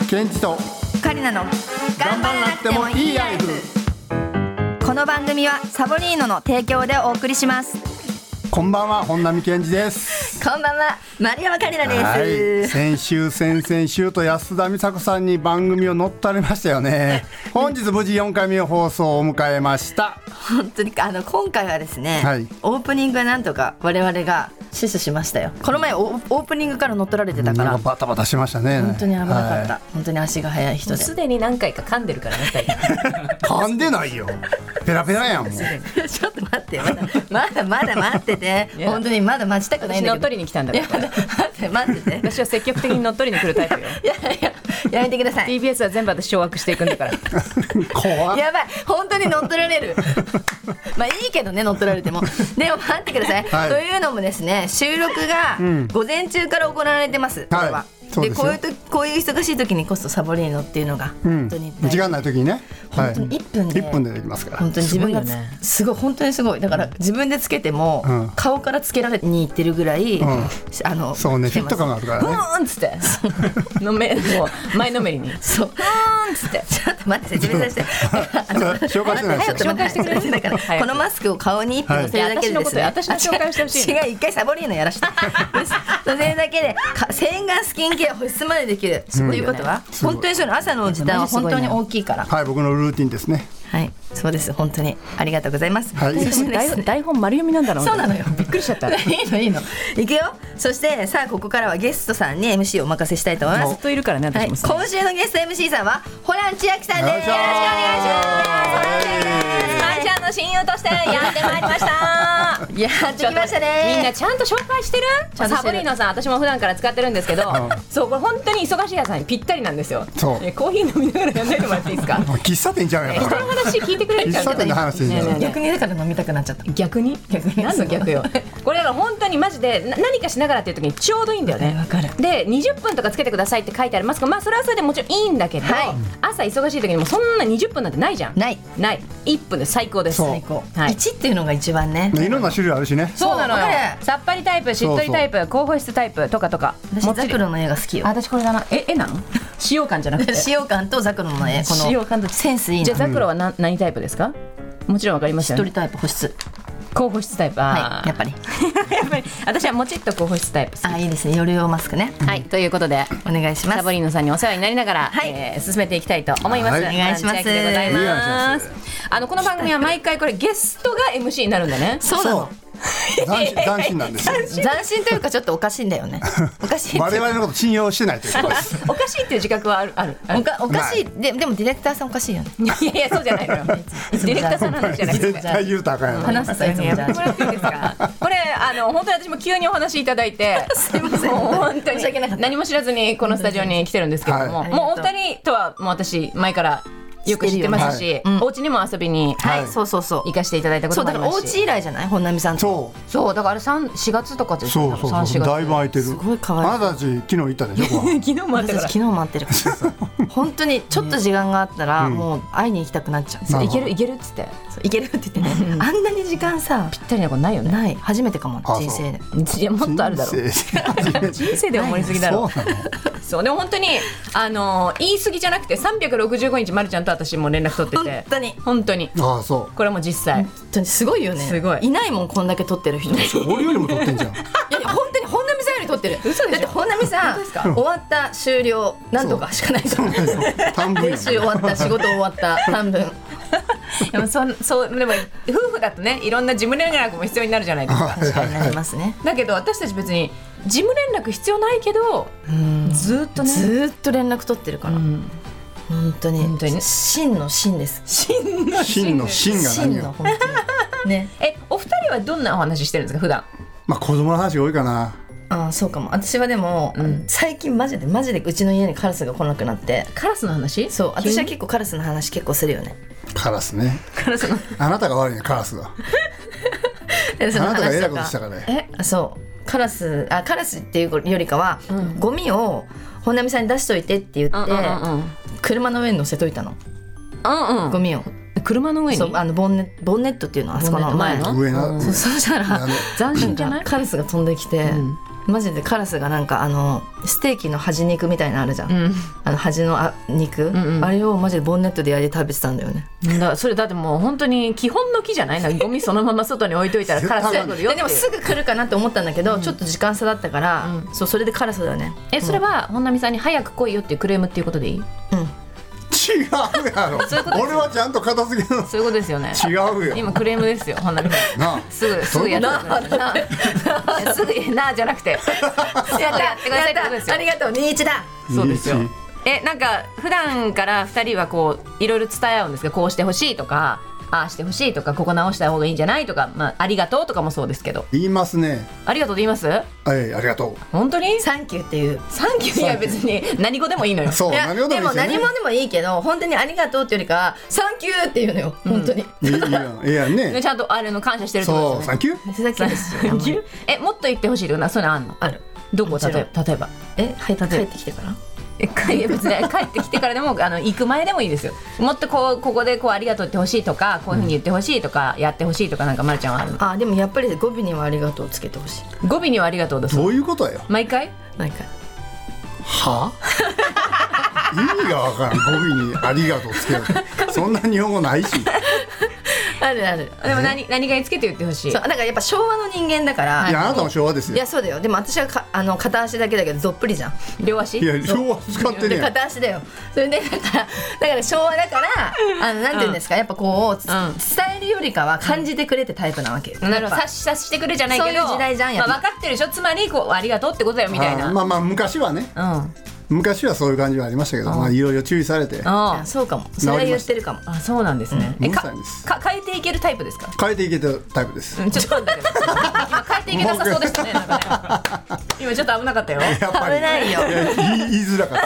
ケンチとカリナの頑張らなくてもいいライフ。この番組はサボリーノの提供でお送りします。 こんばんは、本並健二です。 こんばんは、丸山カリナです。 はい、先週先々週と安田美沙子さんに番組を乗っ取られましたよね。本日無事4回目の放送を迎えました。 本当に今回はですね、 はい、 オープニングはなんとか我々が死守しましたよ。この前オープニングから乗っ取られてたから、 なんかバタバタしましたね。 本当に危なかった、 はい、 本当に足が速い人で。 すでに何回か噛んでるからね。 噛んでないよ、ペラペラやんもう。 ちょっと待って、まだ待ってて、本当にまだ待ちたくないんだけど。 乗っ取りに来たんだから。 待ってて。 私は積極的に乗っ取りに来るタイプよ。 いややめてください。 TBS は全部私掌握していくんだから怖っ。 やばい、本当に乗っ取られる。まあいいけどね、乗っ取られても。でも待ってください、はい、というのもですね、収録が午前中から行われてます、これは。でこういう忙しい時にこそサボリーノっていうのが本当に時間ない時にね、 本当に1分でできますから。本当に自分がすごい、本当にすごい。だから自分でつけても、顔からつけられに行ってるぐらい、 そうね、フィット感があるからね。 ーんっつってのめもう前のめりにそうーんっつって、ちょっと待って、説明させて紹介してないですよ。 紹介してくれて。だからこのマスクを顔に1分乗せるだけでですね、 私の紹介してほしい。 違う、一回サボリーノやらしてそれだけで洗顔、スキンケア、保湿までできるということは、本当にその朝の時短は本当に大きいから。 はい、僕のルーティンですね。 はい、そうです。本当にありがとうございます。 はい、 そしてですね、 台本丸読みなんだろう。 そうなのよ、 びっくりしちゃった。 いいのいくよ。そしてさあ、ここからはゲストさんに MC をお任せしたいと思います。 ずっといるからね、私も。 今週のゲスト MC さんはホラン千秋さんです。よろしくお願いします。 まいちゃんの親友としてやってまいりました。 やってきましたね。 みんなちゃんと紹介してる？サボリーノさん、私も普段から使ってるんですけど、そう、これ本当に忙しいやつにぴったりなんですよ。 そう、 コーヒー飲みながらやんないでもらっていいですか？ 喫茶店ちゃうやん。 人の話聞いてくれるから。 喫茶店の話じゃない。 逆にだから飲みたくなっちゃった。 逆に何の逆よ。これだから本当にマジで何かしながらっていう時にちょうどいいんだよね。 わかる。 で20分とかつけてくださいって書いてありますが、まあそれはそれでもちろんいいんだけど、朝忙しい時にもそんな20分なんてないじゃん。ない1分で最高です。 最高。1っていうのが一番ね。 いろんな種類あるしね。 そうなのよ。さっぱりタイプ、しっとりタイプ、高保湿タイプとかとか。 私ザクロの絵が好きよ。 私これだな。絵なの？使用感じゃなくて。 使用感とザクロの絵、この使用感とセンスいいな。 じゃあザクロは何タイプですか？もちろんわかりますよね。 しっとりタイプ、保湿。 高保湿タイプ。 はい、やっぱり私はもちっと高保湿タイプ。 いいですね、夜用マスクね。 はい、ということでお願いします。 サボリーノさんにお世話になりながら、進めていきたいと思います。 お願いします。 でございます。この番組は毎回これゲストが MC になるんだね。 そうなの。 斬新なんですよ。 斬新というかちょっとおかしいんだよね。おかしい。 我々のこと信用してないということです。 おかしいっていう自覚はある。 おかしい。でもディレクターさんおかしいよね。 いやそうじゃないのよ。ディレクターさんの話じゃないですか。 絶対言うとあかんやろ。 話すやつもじゃあ。 もらっていいですか。これ本当に私も急にお話いただいて、 すいません。 本当に何も知らずにこのスタジオに来てるんですけれども、もうお二人とはもう私前からよく知ってますし、お家にも遊びにそう行かせていただいたこともありますし。 そうだからお家以来じゃない、本並さんと。 そうだからあれ4月とかですよ。そうだいぶ空いてる。すごい可愛い。 あなたたち昨日行ったでしょ。 昨日もあったから。 昨日もあってる。本当にちょっと時間があったらもう会いに行きたくなっちゃう。 いけるっつって、 いけるって言ってね。あんなに時間さぴったりなことないよね。 ない、初めてかも、人生で。 いやもっとあるだろう。人生では盛りすぎだろう。そうでも本当に言い過ぎじゃなくて365日まるちゃんと私も連絡取ってて、本当にこれも実際本当にすごいよね。 すごいいないもん、こんだけ撮ってる人。 俺よりも撮ってんじゃん。いや本当に本並さんより撮ってる。だって本並さん終わった終了何とかしかないから。練習終わった、仕事終わった短文。 でもでも夫婦だとね、いろんな事務連絡も必要になるじゃないですか。 確かになりますね。 だけど私たち別に事務連絡必要ないけど、ずっと連絡取ってるから。本当に真の真です。 真の真が何よ。 本当にね。 お二人はどんなお話してるんですか普段？ まあ子供の話が多いかな。 そうかも。私はでも最近マジでうちの家にカラスが来なくなって。 カラスの話？ そう、私は結構カラスの話結構するよね。 カラスね。あなたが悪いね、カラスが。あなたが偉いことしたからね。 そうカラスっていうよりかは、ゴミを本並さんに出しといてって言って、車の上に乗せといたの。ゴミを車の上に。 そう、ボンネットっていうのはあそこの前の上の。 そうしたら斬新じゃない？ カラスが飛んできて、 マジでカラスがなんかステーキの端肉みたいなのあるじゃん、端の肉、あれをマジでボンネットで焼いて食べてたんだよね。 それだってもう本当に基本の木じゃない？ゴミそのまま外に置いといたらカラスが来るよってでもすぐ来るかなって思ったんだけど、ちょっと時間差だったから、それでカラスだよね。 それは本並さんに早く来いよっていうクレームっていうことでいい？ 違うやろ。俺はちゃんと片付けるの。 そういうことですよね。 違うよ。 今クレームですよ、本並さん。 なすぐやってすぐなじゃなくてやってくださいってことですよ。 ありがとう21だ。 そうですよ。なんか普段から2人はこういろいろ伝え合うんですけど、こうしてほしいとかああしてほしいとか、ここ直した方がいいんじゃないとか、ありがとうとかもそうですけど。 言いますね。 ありがとうって言います？ はい、ありがとう。 本当に？ サンキューっていう。 サンキュー。いや別に何語でもいいのよ。 そう、何語でもいいですよね。 でも何語でもいいけど、本当にありがとうってよりかサンキューっていうのよ、本当に。 いやね。 ちゃんとの感謝してるってことですよね。 そう、サンキュー。 サンキュー。もっと言ってほしいとかそういうのあんの？ ある。 どこ？例えば。 帰ってきてから。 別に帰ってきてからでも行く前でもいいですよ。もっとここでありがとうってほしいとか、こういうふうに言ってほしいとか、やってほしいとか、なんかまるちゃんはあるの？ でもやっぱり語尾にはありがとうをつけてほしい。 語尾にはありがとうだそう。 どういうことやよ。 毎回は意味がわからん。語尾にありがとうつけるそんな日本語ないし。 あるある。 でも何がにつけて言ってほしい。 そう、だからやっぱ昭和の人間だから。 いや、あなたも昭和ですよ。 いや、そうだよ。でも私は片足だけだけどどっぷりじゃん。 両足？ いや、昭和使ってね。 片足だよ。それでだから昭和だからなんていうんですか、やっぱこう伝えるよりかは感じてくれってタイプなわけ。 なるほど。察してくれじゃないけど、 そういう時代じゃん。 分かってるでしょ。つまりありがとうってことだよみたいな。 まあ昔はね。昔はそういう感じはありましたけど、いろいろ注意されて。 そうかも。それは言ってるかも。 そうなんですね。変えていけるタイプですか？ 変えていけるタイプです。 ちょっと待って。今変えていけなさそうでしたね。今ちょっと危なかったよ。 危ないよ。 言いづらかった。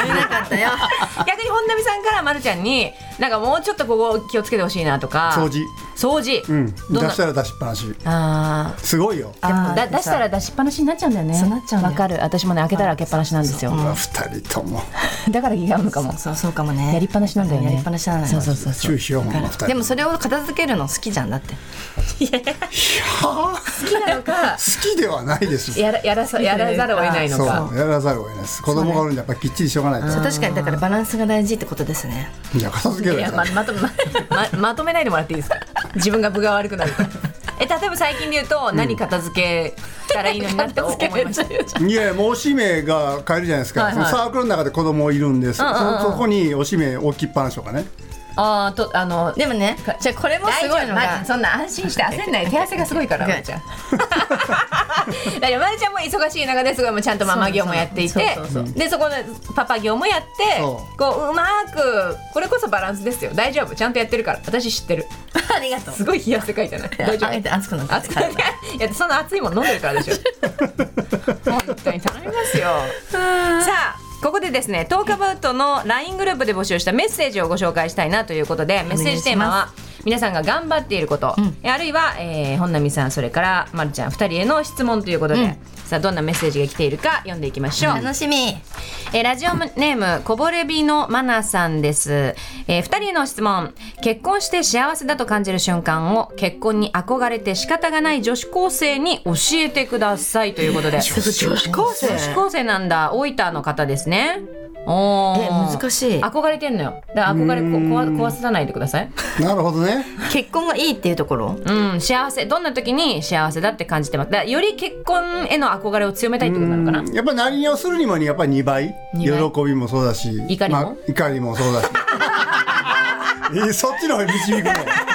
危なかったよ。 逆に本並さんからまるちゃんになんかもうちょっとここ気をつけてほしいなとか。 掃除。出したら出しっぱなし。すごいよ。 出したら出しっぱなしになっちゃうんだよね。 そうなっちゃうんだよ。 わかる。私もね、開けたら開けっぱなしなんですよ。 2人とも。 だから気が合うのかも。 そうかもね。 やりっぱなしなんだよね。 やりっぱなしなんだよ。 そう。 注意しようもん2人。 でもそれを片付けるの好きじゃんだって。 いや好きなのか。 好きではないです。 やらざるを得ないのか。 そう、やらざるを得ないです。子供がおるんでやっぱりきっちりしとかないと。 確かにだからバランスが大事ってことですね。 いや、片付ける。 まとめないでもらっていいですか？自分が分が悪くなるから。例えば最近で言うと何片付けたらいいのになって思いました。 いや、もうおしめが買えるじゃないですか。サークルの中で子供いるんです。そこにおしめ置きっぱなしとかね。 でもね、じゃあこれもすごいのが、 そんな安心して焦んない。手汗がすごいからまるちゃん。だからまるちゃんも忙しい中ですごいもうちゃんとママ業もやっていて、でそこでパパ業もやって、こううまくこれこそバランスですよ。大丈夫、ちゃんとやってるから。私知ってる。 ありがとう。 すごい冷や汗かいじゃない。大丈夫。 熱くなって。 いや、その熱いもの飲んでるからでしょ。本当に頼みますよ。さあ。ここでですね、トークアバウトの LINE グループで募集したメッセージをご紹介したいなということで、メッセージテーマは皆さんが頑張っていること、あるいは、本並さん、それからまるちゃん2人への質問ということで、さあどんなメッセージが来ているか読んでいきましょう。 楽しみ。 ラジオネームこぼれびのマナさんです。2人への質問。結婚して幸せだと感じる瞬間を結婚に憧れて仕方がない女子高生に教えてくださいということで。 女子高生なんだ。大分の方ですね。 難しい。 憧れてんのよ。だから憧れ壊さないでください。 なるほどね。 結婚がいいっていうところ。 幸せ、どんな時に幸せだって感じてます。だからより結婚への憧れを強めたいってことなのかな。 やっぱり何をするにもやっぱり2倍喜びもそうだし、 怒りもそうだし。そっちの方に導くね。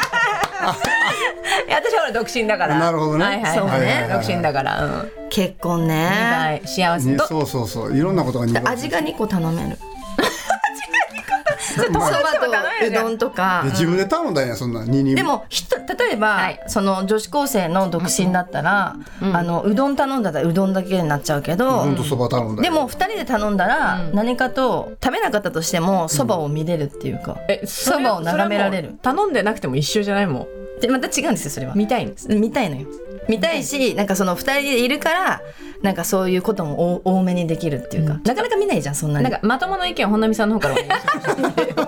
私は独身だから。 なるほどね。 そうね。 独身だから。 結婚ね。 幸せ。 そういろんなことが2倍。 味が2個頼める。そばとうどんとか。 自分で頼んだんや、そんな2人。 でも例えばその女子高生の独身だったらうどん頼んだらうどんだけになっちゃうけど、でも2人で頼んだら何かと食べなかったとしてもそばを見れるっていうか、そばを眺められる。 頼んでなくても一緒じゃないもん。 でまた違うんですよ。それは見たいんです。 見たいのよ。見たいし、なんかその2人でいるからなんかそういうことも多めにできるっていうか、なかなか見ないじゃんそんなに。 なんかまともな意見は本並さんの方からお願いします。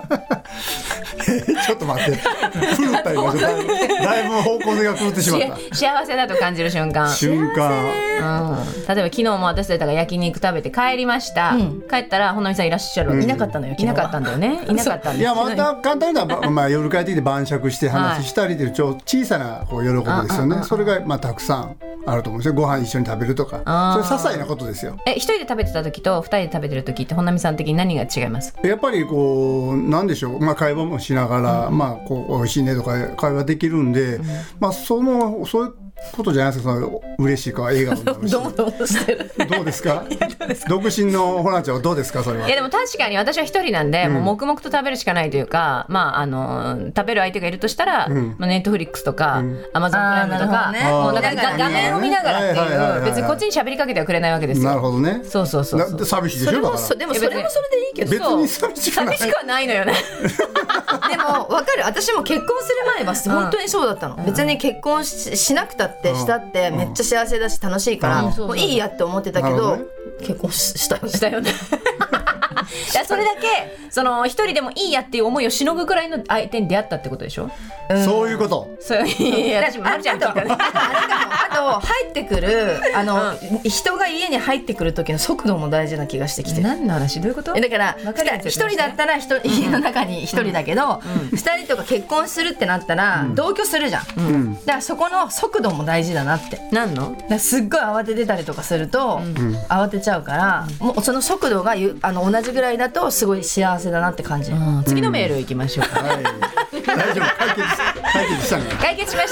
ちょっと待って、狂った今だいぶ方向性が狂ってしまった。 幸せだと感じる瞬間、 例えば昨日も私たちが焼肉食べて帰りました、帰ったら本並さんいらっしゃる、 いなかったのよ。 いなかったんだよね。いなかったんです。 いや、また簡単に言うのは、夜帰ってきて晩酌して話したりで小さなこう喜びですよね。それがたくさんあると思うんですよ。ご飯一緒に食べるとか、それ些細なことですよ。 一人で食べてた時と二人で食べてる時って本並さん的に何が違います？ やっぱりこうなんでしょう、会話もしながら、こう美味しいねとか会話できるんで、そういうことじゃないですか。その嬉しいか笑顔になるし。どうですか？独身のホランちゃんはどうですか？それは。 いやでも確かに私は一人なんで、もう黙々と食べるしかないというか、食べる相手がいるとしたら、ネットフリックスとか、アマゾンプライムとか、もうなんか画面を見ながらっていう、別にこっちに喋りかけてはくれないわけですよ。 なるほどね。 そう。 寂しいでしょ。だからでもそれもそれでいいけど、 別に寂しくはないのよね。 でも分かる。私も結婚する前は本当にそうだったの。別に結婚しなくたってしたってめっちゃ幸せだし楽しいから、もういいやって思ってたけど、結婚したよね。 それだけ一人でもいいやっていう思いをしのぐくらいの相手に出会ったってことでしょ。 そういうこと。 私まるちゃん聞いたね。 あと入ってくる人が家に入ってくる時の速度も大事な気がしてきて。 何の話？どういうこと？ だから一人だったら家の中に一人だけど、二人とか結婚するってなったら同居するじゃん。だからそこの速度も大事だなって。 なんの？ すっごい慌ててたりとかすると慌てちゃうから、もうその速度が同じぐらいだとすごい幸せだなって感じ。 次のメールいきましょうか。 大丈夫、解決したね。 解決しました。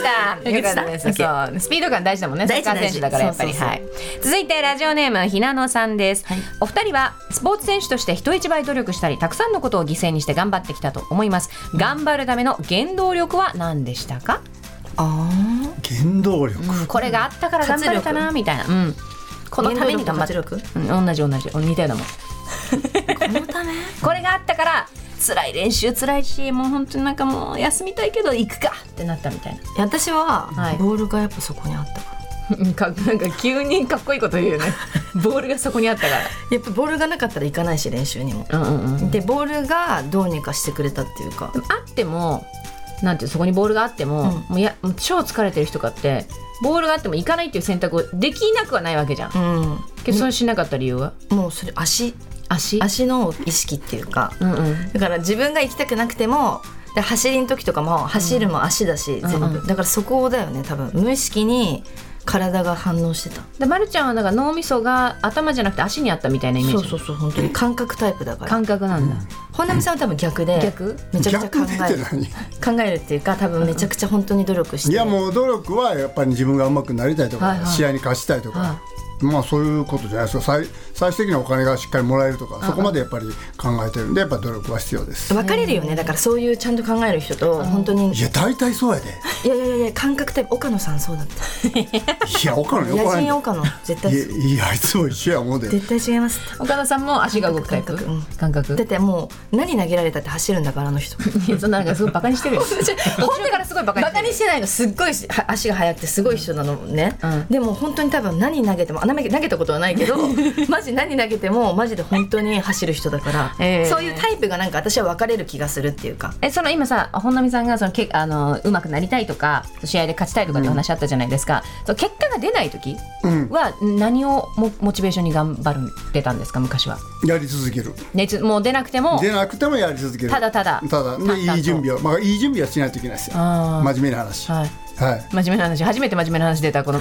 よかったです。そう、スピード感大事だもんね。サッカー選手だからやっぱり。はい。続いてラジオネームひなのさんです。お二人はスポーツ選手として人一倍努力したり、たくさんのことを犠牲にして頑張ってきたと思います。頑張るための原動力は何でしたか？ 原動力。 これがあったから頑張れたなみたいな。このために頑張ってる。同じ似たようなもん。このため？これがあったから辛い練習辛いし、もう本当になんかもう休みたいけど行くかってなったみたいな。 私はボールがやっぱそこにあったから。 なんか急にかっこいいこと言うよね。ボールがそこにあったから。 やっぱボールがなかったら行かないし練習にも。でボールがどうにかしてくれたっていうか。 あってもなんていうそこにボールがあっても、もう超疲れてる人かってボールがあっても行かないっていう選択をできなくはないわけじゃん。けどそれしなかった理由は？もうそれ足の意識っていうか、だから自分が行きたくなくても走りの時とかも走るも足だし、全部だからそこだよね。多分無意識に体が反応してた。でまるちゃんはなんか脳みそが頭じゃなくて足にあったみたいなイメージ。 そう本当に感覚タイプだから。 感覚なんだ。 本並さんは多分逆でめちゃくちゃ考えるっていうか、多分めちゃくちゃ本当に努力して。 いやもう努力はやっぱり自分が上手くなりたいとか、試合に勝ちたいとか、そういうことじゃないですか。最終的にはお金がしっかりもらえるとか、そこまでやっぱり考えてるんで、やっぱ努力は必要です。 分かれるよね。だからそういうちゃんと考える人と本当に。 いや大体そうやで。 いや感覚タイプ。岡野さんそうだった。 いや岡野よくない。 野人岡野絶対。 いやあいつも一緒やもんで。 絶対違います。 岡野さんも足が動くタイプ。感覚。 だってもう何投げられたって走るんだからあの人。 いやそんななんかすごいバカにしてるよ。 本当からすごいバカにしてないの。すっごい足が速くてすごい人なのね。でも本当に多分何投げても投げたことはないけど、マジ何投げてもマジで本当に走る人だから、そういうタイプがなんか私は分かれる気がするっていうか。 その今さ本並さんが上手くなりたいとか試合で勝ちたいとかって話あったじゃないですか。結果が出ない時は何をモチベーションに頑張ってたんですか？昔はやり続ける。 もう出なくてもやり続ける。ただでいい準備を、いい準備はしないといけないですよ。真面目な話。 真面目な話。初めて真面目な話出たこの。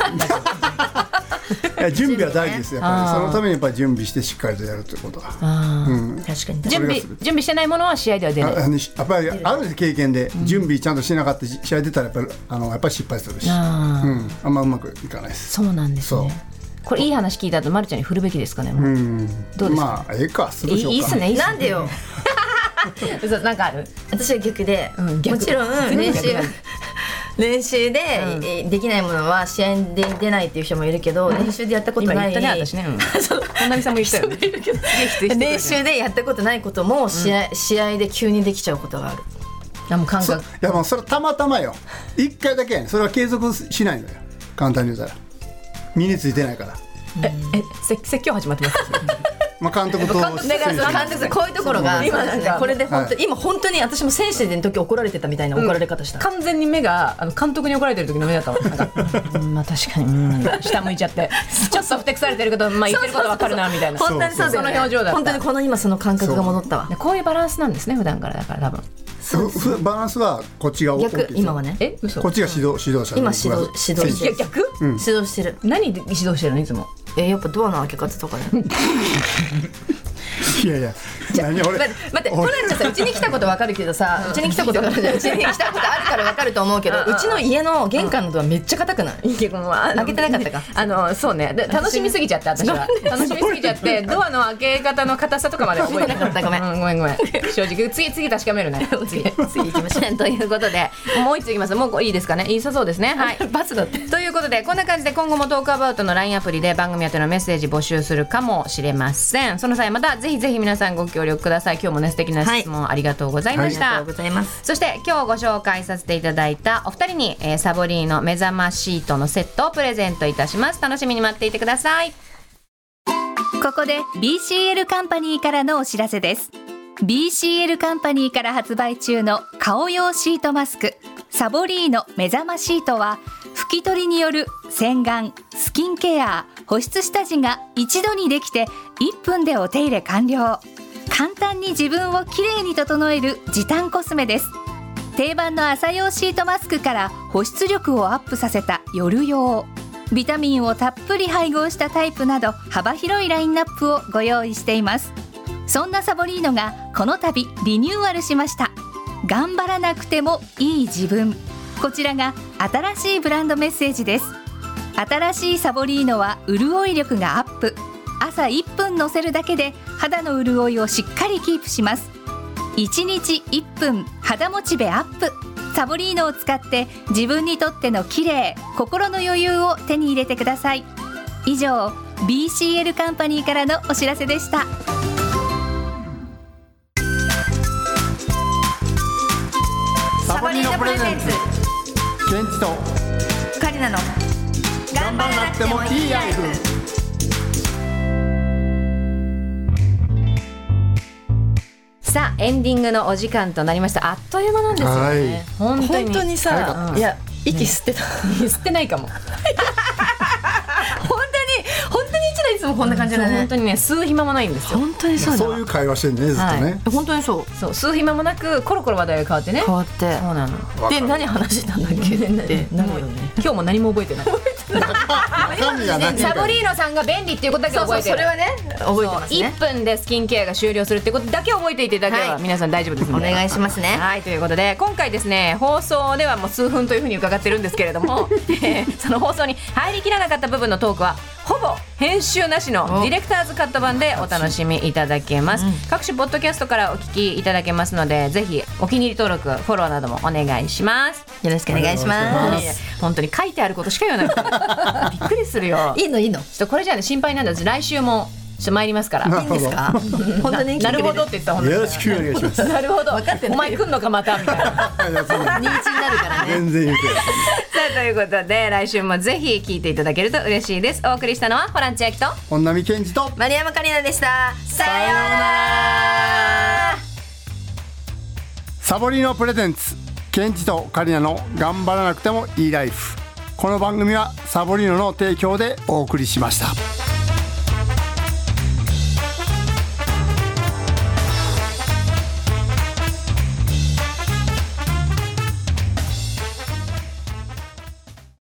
準備は大事ですよ。やっぱりそのためにやっぱり準備してしっかりとやるということは。 確かに準備してないものは試合では出ない。 やっぱりある経験で準備ちゃんとしなかった試合出たらやっぱり失敗するし、あんまうまくいかないです。 そうなんですね。これいい話聞いた後まるちゃんに振るべきですかね。どうですか？ ええかするしょうか。 いいっすね。 なんでよ。 なんかある？ 私は逆で、もちろん練習でできないものは試合で出ないっていう人もいるけど、練習でやったことない。 今言ったね私ね。本並さんも言ったよね。 練習でやったことないことも試合で急にできちゃうことがある。 もう感覚。 いやもうそれたまたまよ。1回だけやねん。それは継続しないのよ。簡単に言うたら身についてないから。 説教始まってます。 まあ監督とだから監督こういうところが今これで本当今本当に私も選手の時怒られてたみたいな怒られ方した。 完全に目が監督に怒られてる時の目だったもん。なんかまあ確かに下向いちゃってちょっとふてくされてるけどまあ言ってることわかるなみたいな。 本当にそうその表情だった。 本当にこの今その感覚が戻ったわ。 こういうバランスなんですね普段からだから多分。 バランスはこっちが逆今はね。 嘘。 こっちが指導者。 今指導してる。 逆？ 指導してる。 何で指導してるのいつも。 やっぱドアの開け方とかね。 いやいや何俺待ってホランちゃんさうちに来たことわかるけどさうちに来たことあるからわかると思うけどうちの家の玄関のドアめっちゃ硬くない？開けてなかったか。 そうね楽しみすぎちゃって私は楽しみすぎちゃってドアの開け方の硬さとかまで覚えてなかった。ごめん正直次確かめるね。 次行きましょう。ということでもう一ついきます。もういいですかね。いいそうですね。はいバツだって。 ということでこんな感じで今後もトークアバウトの LINE アプリで番組宛てのメッセージ募集するかもしれません。その際またぜひ皆さんご協力ください。今日もね素敵な質問ありがとうございました、 ありがとうございます。 そして今日ご紹介させていただいたお二人に、サボリーノ目覚まシートのセットをプレゼントいたします。楽しみに待っていてください。 ここで BCL カンパニーからのお知らせです。 BCL カンパニーから発売中の顔用シートマスクサボリーノ目覚まシートは拭き取りによる洗顔、スキンケア、保湿下地が一度にできて1分でお手入れ完了。簡単に自分をきれいに整える時短コスメです。定番の朝用シートマスクから保湿力をアップさせた夜用、ビタミンをたっぷり配合したタイプなど幅広いラインナップをご用意しています。そんなサボリーノがこの度リニューアルしました。頑張らなくてもいい自分、こちらが新しいブランドメッセージです。新しいサボリーノは潤い力がアップ。朝1分のせるだけで肌の潤いをしっかりキープします。1日1分肌モチベアップ。サボリーノを使って自分にとっての綺麗、心の余裕を手に入れてください。以上 BCL カンパニーからのお知らせでした。 サボリーノプレゼンツケンチとカリナの頑張らなくてもいいライフ。 さあエンディングのお時間となりました。あっという間なんですよね、 本当にさ、いや息吸ってた吸ってないかも本当に一台いつもこんな感じだね。 本当にね吸う暇もないんですよ。 本当にそういう会話してるねずっとね、 本当にそう吸う暇もなくコロコロ話題が変わってね。 変わってそうなの。 で何話したんだっけってなるよね。 今日も何も覚えてないサボリーノさんが便利っていうことだけ覚えてる。 それはね覚えてますね。 1分でスキンケアが終了するってことだけ覚えていていただければ皆さん大丈夫ですのでお願いしますね。 はい、ということで今回ですね放送ではもう数分というふうに伺ってるんですけれどもその放送に入りきらなかった部分のトークはほぼ編集なしのディレクターズカット版でお楽しみいただけます。各種ポッドキャストからお聞きいただけますのでぜひお気に入り登録フォローなどもお願いします。 よろしくお願いします。 本当に書いてあることしか言わないびっくりするよ。 いいのちょっとこれじゃね心配なんです。来週も参りますから。 いいんですか本当になるほどって言ったらよろしくお願いします。 なるほど分かってお前来んのかまたみたいな認知になるからね。 全然言うけどさあということで来週もぜひ聞いていただけると嬉しいです。お送りしたのはホラン千秋と本並健二と丸山桂里奈でした。さようなら。 サボリーノプレゼンツ健二とカリナの頑張らなくてもいいライフ。この番組はサボリーノの提供でお送りしました。